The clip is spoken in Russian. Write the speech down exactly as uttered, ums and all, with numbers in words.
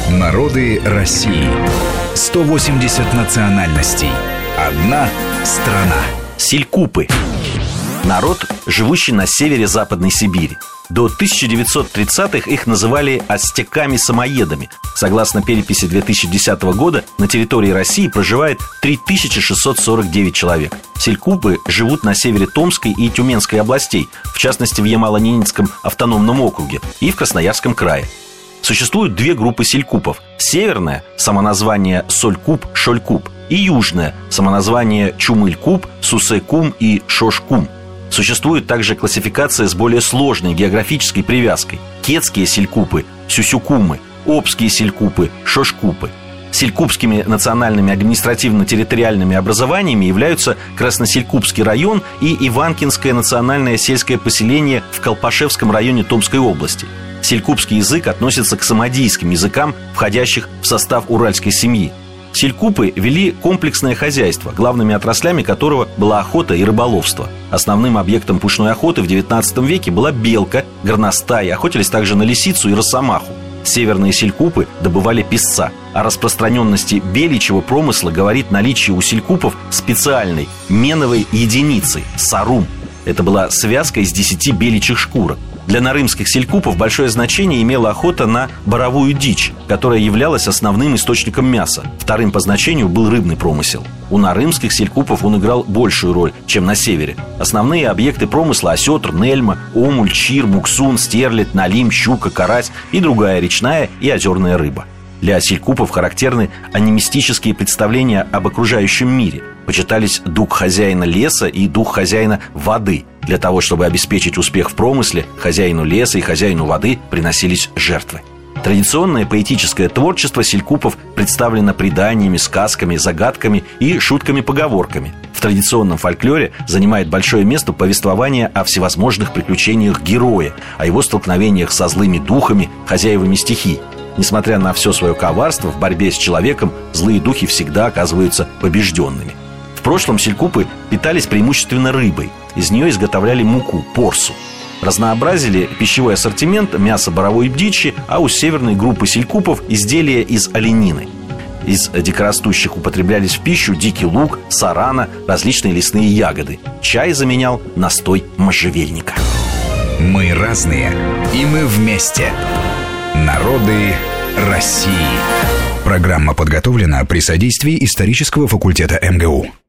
Народы России. сто восемьдесят национальностей. Одна страна. Селькупы. Народ, живущий на севере Западной Сибири. До тысяча девятьсот тридцатых их называли ацтеками-самоедами. Согласно переписи две тысячи десятого года, на территории России проживает три тысячи шестьсот сорок девять человек. Селькупы живут на севере Томской и Тюменской областей, в частности в Ямало-Ненецком автономном округе и в Красноярском крае. Существуют две группы селькупов. Северная – самоназвание Солькуп, Шолькуп, и южная – самоназвание Чумылькуп, Сусекум и Шошкум. Существует также классификация с более сложной географической привязкой. Кетские селькупы – Сюсюкумы, Обские селькупы – Шошкупы. Селькупскими национальными административно-территориальными образованиями являются Красноселькупский район и Иванкинское национальное сельское поселение в Колпашевском районе Томской области. Селькупский язык относится к самодийским языкам, входящих в состав уральской семьи. Селькупы вели комплексное хозяйство, главными отраслями которого была охота и рыболовство. Основным объектом пушной охоты в девятнадцатом веке была белка, горностай, охотились также на лисицу и росомаху. Северные селькупы добывали песца. О распространенности беличьего промысла говорит наличие у селькупов специальной меновой единицы – сарум. Это была связка из десяти беличьих шкурок. Для нарымских селькупов большое значение имела охота на боровую дичь, которая являлась основным источником мяса. Вторым по значению был рыбный промысел. У нарымских селькупов он играл большую роль, чем на севере. Основные объекты промысла – осетр, нельма, омуль, чир, муксун, стерлядь, налим, щука, карась и другая речная и озерная рыба. Для селькупов характерны анимистические представления об окружающем мире. Почитались дух хозяина леса и дух хозяина воды. Для того, чтобы обеспечить успех в промысле, хозяину леса и хозяину воды приносились жертвы. Традиционное поэтическое творчество селькупов представлено преданиями, сказками, загадками и шутками-поговорками. В традиционном фольклоре занимает большое место повествование о всевозможных приключениях героя, о его столкновениях со злыми духами, хозяевами стихий. Несмотря на все свое коварство, в борьбе с человеком злые духи всегда оказываются побежденными. В прошлом селькупы питались преимущественно рыбой. Из нее изготовляли муку, порсу. Разнообразили пищевой ассортимент мяса боровой дичи, а у северной группы селькупов изделия из оленины. Из дикорастущих употреблялись в пищу дикий лук, сарана, различные лесные ягоды. Чай заменял настой можжевельника. Мы разные, и мы вместе. Народы России. Программа подготовлена при содействии исторического факультета эм гэ у.